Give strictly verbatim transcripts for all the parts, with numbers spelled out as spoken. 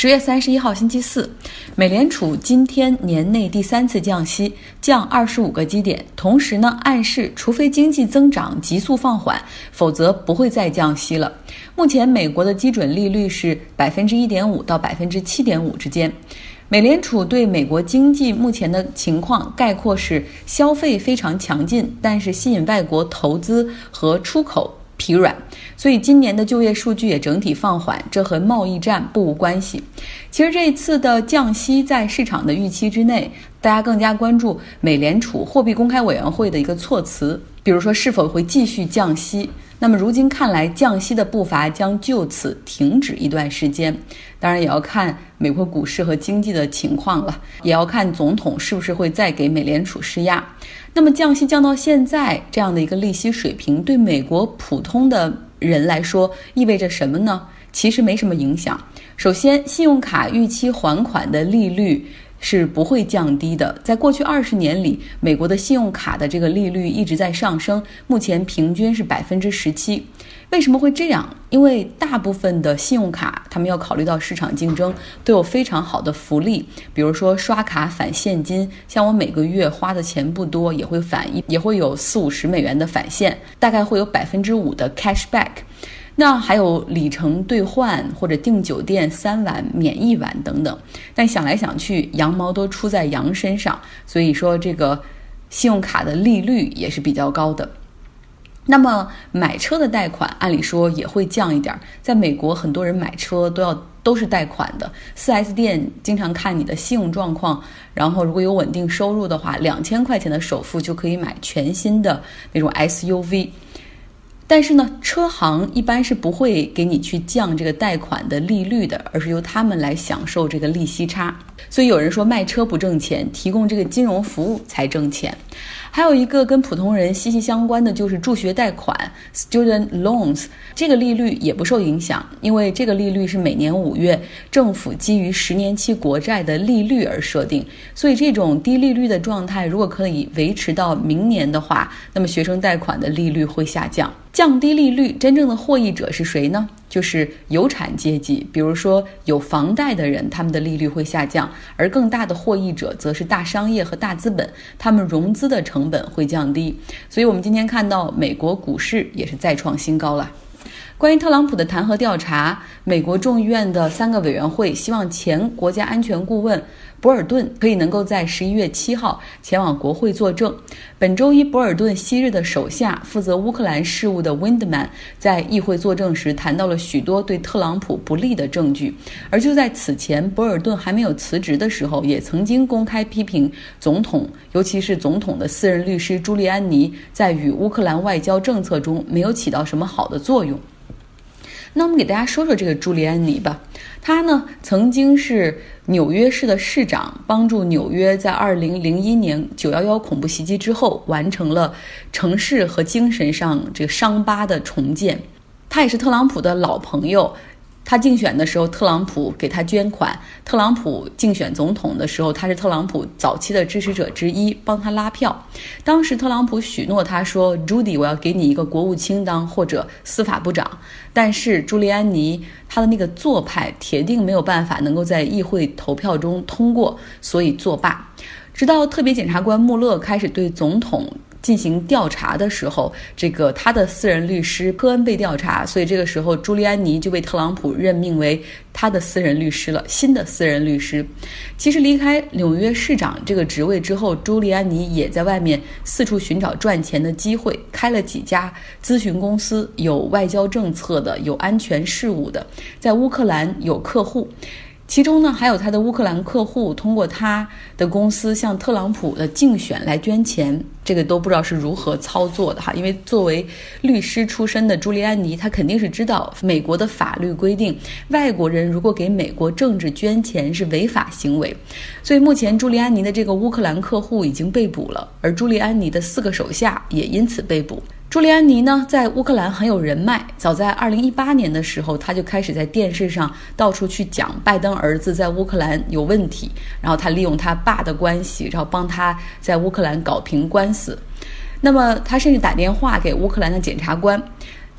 十月三十一号星期四，美联储今天年内第三次降息，降二十五个基点，同时呢暗示除非经济增长急速放缓，否则不会再降息了。目前美国的基准利率是百分之一点五到百分之七点五之间。美联储对美国经济目前的情况概括是消费非常强劲，但是吸引外国投资和出口疲软，所以今年的就业数据也整体放缓，这和贸易战不无关系。其实这一次的降息在市场的预期之内，大家更加关注美联储货币公开委员会的一个措辞，比如说是否会继续降息。那么如今看来，降息的步伐将就此停止一段时间，当然也要看美国股市和经济的情况了，也要看总统是不是会再给美联储施压。那么降息降到现在这样的一个利息水平，对美国普通的人来说意味着什么呢？其实没什么影响。首先，信用卡逾期还款的利率是不会降低的。在过去二十年里，美国的信用卡的这个利率一直在上升，目前平均是百分之十七。为什么会这样？因为大部分的信用卡，他们要考虑到市场竞争，都有非常好的福利，比如说刷卡返现金，像我每个月花的钱不多，也会返一，也会有四五十美元的返现，大概会有百分之五的 cashback。那还有里程兑换或者订酒店三晚免一晚等等，但想来想去，羊毛都出在羊身上，所以说这个信用卡的利率也是比较高的。那么买车的贷款按理说也会降一点，在美国很多人买车都要都是贷款的， 四 S 店经常看你的信用状况，然后如果有稳定收入的话，两千块钱的首付就可以买全新的那种 S U V。但是呢，车行一般是不会给你去降这个贷款的利率的，而是由他们来享受这个利息差。所以有人说卖车不挣钱，提供这个金融服务才挣钱。还有一个跟普通人息息相关的就是助学贷款 student loans， 这个利率也不受影响，因为这个利率是每年五月政府基于十年期国债的利率而设定，所以这种低利率的状态如果可以维持到明年的话，那么学生贷款的利率会下降。降低利率真正的获益者是谁呢？就是有产阶级，比如说有房贷的人，他们的利率会下降，而更大的获益者则是大商业和大资本，他们融资的成本会降低。所以我们今天看到美国股市也是再创新高了。关于特朗普的弹劾调查，美国众议院的三个委员会希望前国家安全顾问博尔顿可以能够在十一月七号前往国会作证。本周一，博尔顿昔日的手下负责乌克兰事务的 Windman 在议会作证时谈到了许多对特朗普不利的证据，而就在此前博尔顿还没有辞职的时候，也曾经公开批评总统，尤其是总统的私人律师朱利安尼在与乌克兰外交政策中没有起到什么好的作用。那我们给大家说说这个朱利安尼吧。他呢曾经是纽约市的市长，帮助纽约在二零零一年九一一恐怖袭击之后完成了城市和精神上这个伤疤的重建。他也是特朗普的老朋友，他竞选的时候特朗普给他捐款，特朗普竞选总统的时候他是特朗普早期的支持者之一，帮他拉票。当时特朗普许诺他说，朱迪，我要给你一个国务卿当或者司法部长，但是朱利安尼他的那个做派铁定没有办法能够在议会投票中通过，所以作罢。直到特别检察官穆勒开始对总统进行调查的时候，这个他的私人律师科恩被调查，所以这个时候朱利安尼就被特朗普任命为他的私人律师了，新的私人律师。其实离开纽约市长这个职位之后，朱利安尼也在外面四处寻找赚钱的机会，开了几家咨询公司，有外交政策的，有安全事务的，在乌克兰有客户。其中呢，还有他的乌克兰客户通过他的公司向特朗普的竞选来捐钱，这个都不知道是如何操作的哈。因为作为律师出身的朱利安尼，他肯定是知道美国的法律规定，外国人如果给美国政治捐钱是违法行为。所以目前朱利安尼的这个乌克兰客户已经被捕了，而朱利安尼的四个手下也因此被捕。朱利安尼呢，在乌克兰很有人脉，早在二零一八年的时候，他就开始在电视上到处去讲拜登儿子在乌克兰有问题，然后他利用他爸的关系，然后帮他在乌克兰搞平官司。那么他甚至打电话给乌克兰的检察官，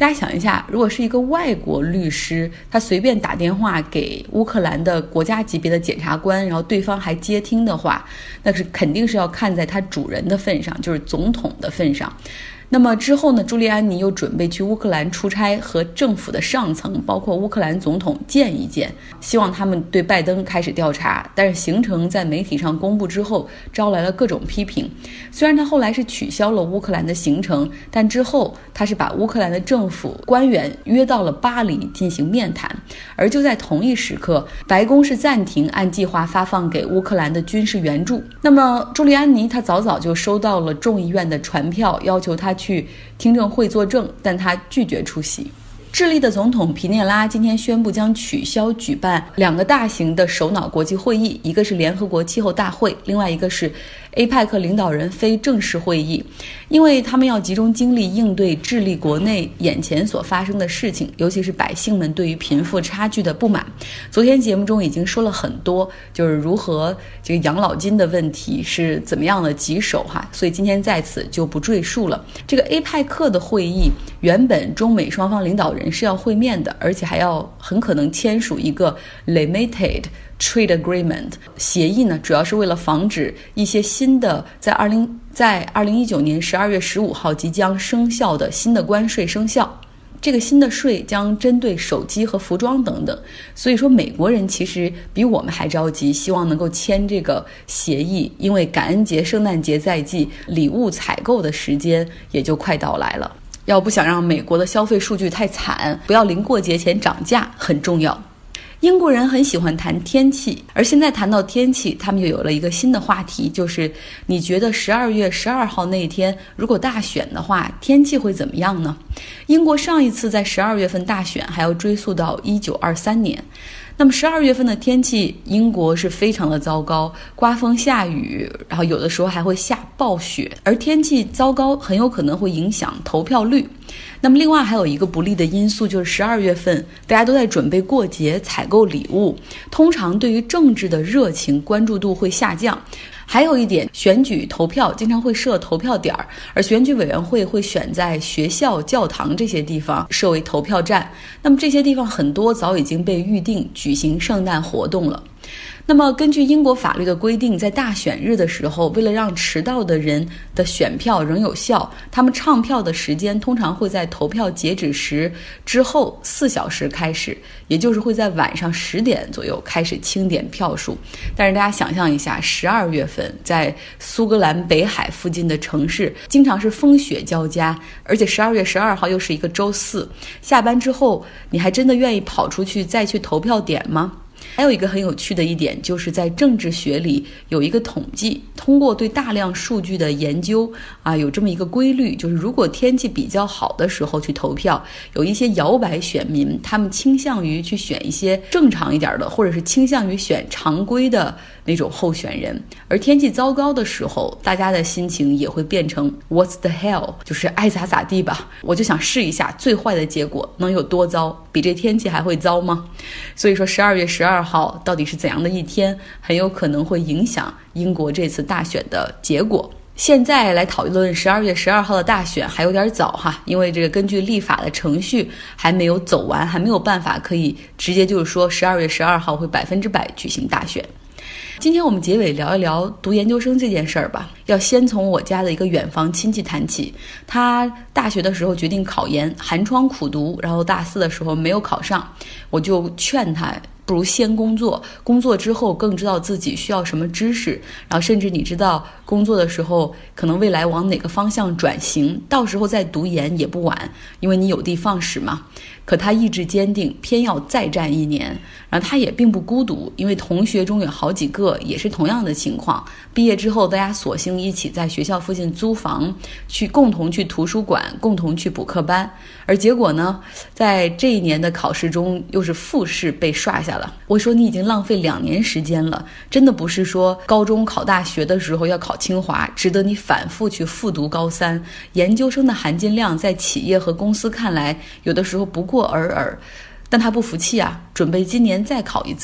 大家想一下，如果是一个外国律师，他随便打电话给乌克兰的国家级别的检察官，然后对方还接听的话，那是肯定是要看在他主人的份上，就是总统的份上。那么之后呢，朱利安尼又准备去乌克兰出差，和政府的上层包括乌克兰总统见一见，希望他们对拜登开始调查。但是行程在媒体上公布之后，招来了各种批评。虽然他后来是取消了乌克兰的行程，但之后他是把乌克兰的政府官员约到了巴黎进行面谈。而就在同一时刻，白宫是暂停按计划发放给乌克兰的军事援助。那么朱利安尼他早早就收到了众议院的传票，要求他去听证会作证，但他拒绝出席。智利的总统皮涅拉今天宣布将取消举办两个大型的首脑国际会议，一个是联合国气候大会，另外一个是 A P E C 领导人非正式会议，因为他们要集中精力应对智利国内眼前所发生的事情，尤其是百姓们对于贫富差距的不满。昨天节目中已经说了很多，就是如何这个养老金的问题是怎么样的棘手哈，所以今天在此就不赘述了。这个 A P E C 的会议原本中美双方领导人是要会面的，而且还要很可能签署一个 limited trade agreement 协议呢，主要是为了防止一些新的在二零在二零一九年十二月十五号即将生效的新的关税生效。这个新的税将针对手机和服装等等，所以说美国人其实比我们还着急，希望能够签这个协议，因为感恩节、圣诞节在即，礼物采购的时间也就快到来了。要不想让美国的消费数据太惨，不要临过节前涨价很重要。英国人很喜欢谈天气，而现在谈到天气，他们又有了一个新的话题，就是你觉得十二月十二号那一天如果大选的话，天气会怎么样呢？英国上一次在十二月份大选还要追溯到一九二三年。那么十二月份的天气，英国是非常的糟糕，刮风下雨，然后有的时候还会下暴雪，而天气糟糕很有可能会影响投票率。那么另外还有一个不利的因素，就是十二月份大家都在准备过节，采购礼物，通常对于政治的热情关注度会下降。还有一点，选举投票经常会设投票点，而选举委员会会选在学校、教堂这些地方设为投票站。那么这些地方很多早已经被预定举行圣诞活动了。那么根据英国法律的规定，在大选日的时候，为了让迟到的人的选票仍有效，他们唱票的时间通常会在投票截止时之后四小时开始，也就是会在晚上十点左右开始清点票数。但是大家想象一下，十二月份在苏格兰北海附近的城市经常是风雪交加，而且十二月十二号又是一个周四，下班之后你还真的愿意跑出去再去投票点吗？还有一个很有趣的一点，就是在政治学里有一个统计，通过对大量数据的研究啊，有这么一个规律，就是如果天气比较好的时候去投票，有一些摇摆选民，他们倾向于去选一些正常一点的，或者是倾向于选常规的那种候选人。而天气糟糕的时候，大家的心情也会变成 What's the hell， 就是爱咋咋地吧，我就想试一下最坏的结果能有多糟，比这天气还会糟吗？所以说十二月十二号到底是怎样的一天，很有可能会影响英国这次大选的结果。现在来讨论十二月十二号的大选还有点早哈，因为这个根据立法的程序还没有走完，还没有办法可以直接就是说十二月十二号会百分之百举行大选。今天我们结尾聊一聊读研究生这件事儿吧。要先从我家的一个远房亲戚谈起，他大学的时候决定考研，寒窗苦读，然后大四的时候没有考上，我就劝他不如先工作，工作之后更知道自己需要什么知识，然后甚至你知道工作的时候可能未来往哪个方向转型，到时候再读研也不晚，因为你有的放矢嘛。可他意志坚定，偏要再战一年，然后他也并不孤独，因为同学中有好几个也是同样的情况，毕业之后大家索性一起在学校附近租房，去共同去图书馆，共同去补课班。而结果呢，在这一年的考试中又是复试被刷下了。我说你已经浪费两年时间了，真的不是说高中考大学的时候要考清华值得你反复去复读高三，研究生的含金量在企业和公司看来有的时候不过尔尔。但他不服气啊，准备今年再考一次。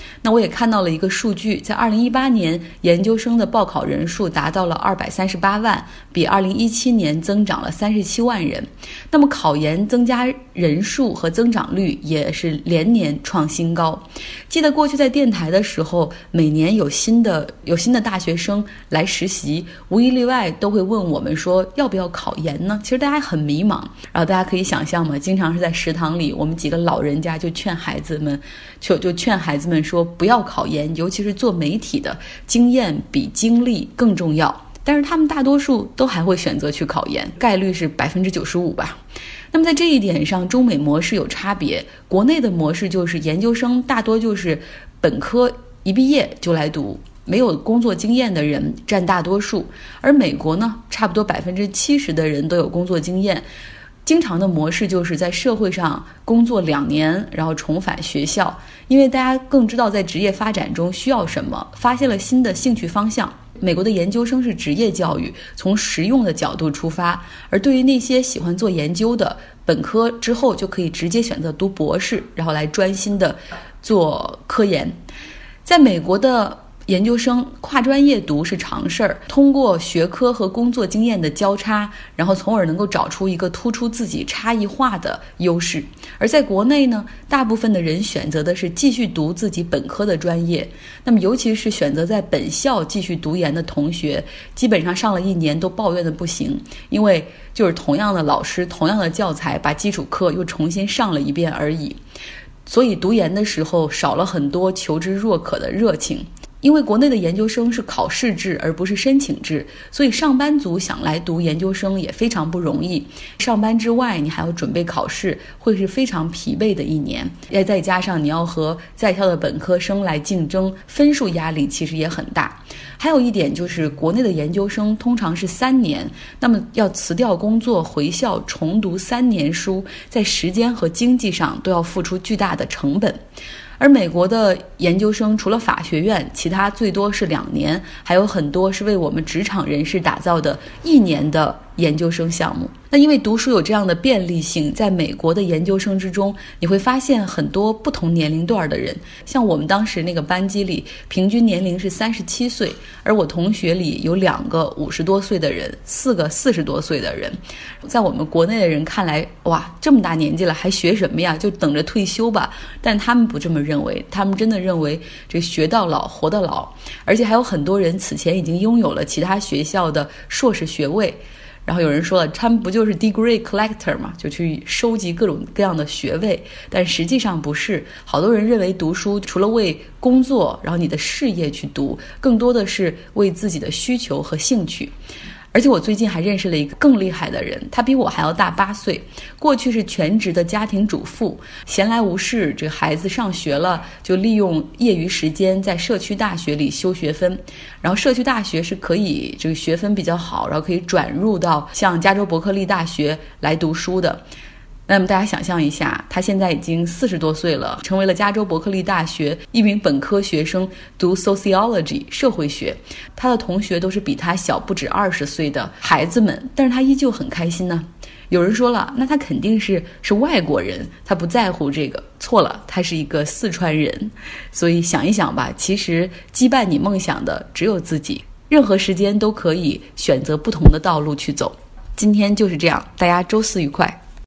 那我也看到了一个数据，在二零一八年研究生的报考人数达到了二百三十八万，比二零一七年增长了三十七万人。那么考研增加人数和增长率也是连年创新高。记得过去在电台的时候，每年有新的有新的大学生来实习，无一例外都会问我们说要不要考研呢？其实大家很迷茫，然后大家可以想象嘛，经常是在食堂里，我们几个老人家就劝孩子们，就就劝孩子们说不要考研，尤其是做媒体的，经验比经历更重要。但是他们大多数都还会选择去考研，概率是百分之九十五吧。那么在这一点上，中美模式有差别。国内的模式就是研究生大多就是本科一毕业就来读，没有工作经验的人占大多数，而美国呢，差不多百分之七十的人都有工作经验。经常的模式就是在社会上工作两年，然后重返学校，因为大家更知道在职业发展中需要什么，发现了新的兴趣方向。美国的研究生是职业教育，从实用的角度出发，而对于那些喜欢做研究的，本科之后就可以直接选择读博士，然后来专心的做科研。在美国的研究生跨专业读是常事儿，通过学科和工作经验的交叉，然后从而能够找出一个突出自己差异化的优势。而在国内呢，大部分的人选择的是继续读自己本科的专业，那么尤其是选择在本校继续读研的同学，基本上上了一年都抱怨的不行，因为就是同样的老师，同样的教材，把基础课又重新上了一遍而已。所以读研的时候少了很多求知若渴的热情。因为国内的研究生是考试制而不是申请制，所以上班族想来读研究生也非常不容易。上班之外你还要准备考试，会是非常疲惫的一年，再加上你要和在校的本科生来竞争，分数压力其实也很大。还有一点就是国内的研究生通常是三年，那么要辞掉工作回校重读三年书，在时间和经济上都要付出巨大的成本。而美国的研究生除了法学院，其他最多是两年，还有很多是为我们职场人士打造的一年的研究生项目。那因为读书有这样的便利性，在美国的研究生之中，你会发现很多不同年龄段的人。像我们当时那个班级里，平均年龄是三十七岁，而我同学里有两个五十多岁的人，四个四十多岁的人。在我们国内的人看来，哇，这么大年纪了还学什么呀？就等着退休吧。但他们不这么认为，他们真的认为这学到老活到老，而且还有很多人此前已经拥有了其他学校的硕士学位。然后有人说了，他们不就是 degree collector 嘛，就去收集各种各样的学位，但实际上不是。好多人认为读书除了为工作，然后你的事业去读，更多的是为自己的需求和兴趣。而且我最近还认识了一个更厉害的人，他比我还要大八岁，过去是全职的家庭主妇，闲来无事，这个孩子上学了，就利用业余时间在社区大学里修学分，然后社区大学是可以这个学分比较好，然后可以转入到像加州伯克利大学来读书的。那么大家想象一下，他现在已经四十多岁了，成为了加州伯克利大学一名本科学生，读 sociology 社会学。他的同学都是比他小不止二十岁的孩子们，但是他依旧很开心呢。有人说了，那他肯定是是外国人，他不在乎这个。错了，他是一个四川人。所以想一想吧，其实羁绊你梦想的只有自己，任何时间都可以选择不同的道路去走。今天就是这样，大家周四愉快。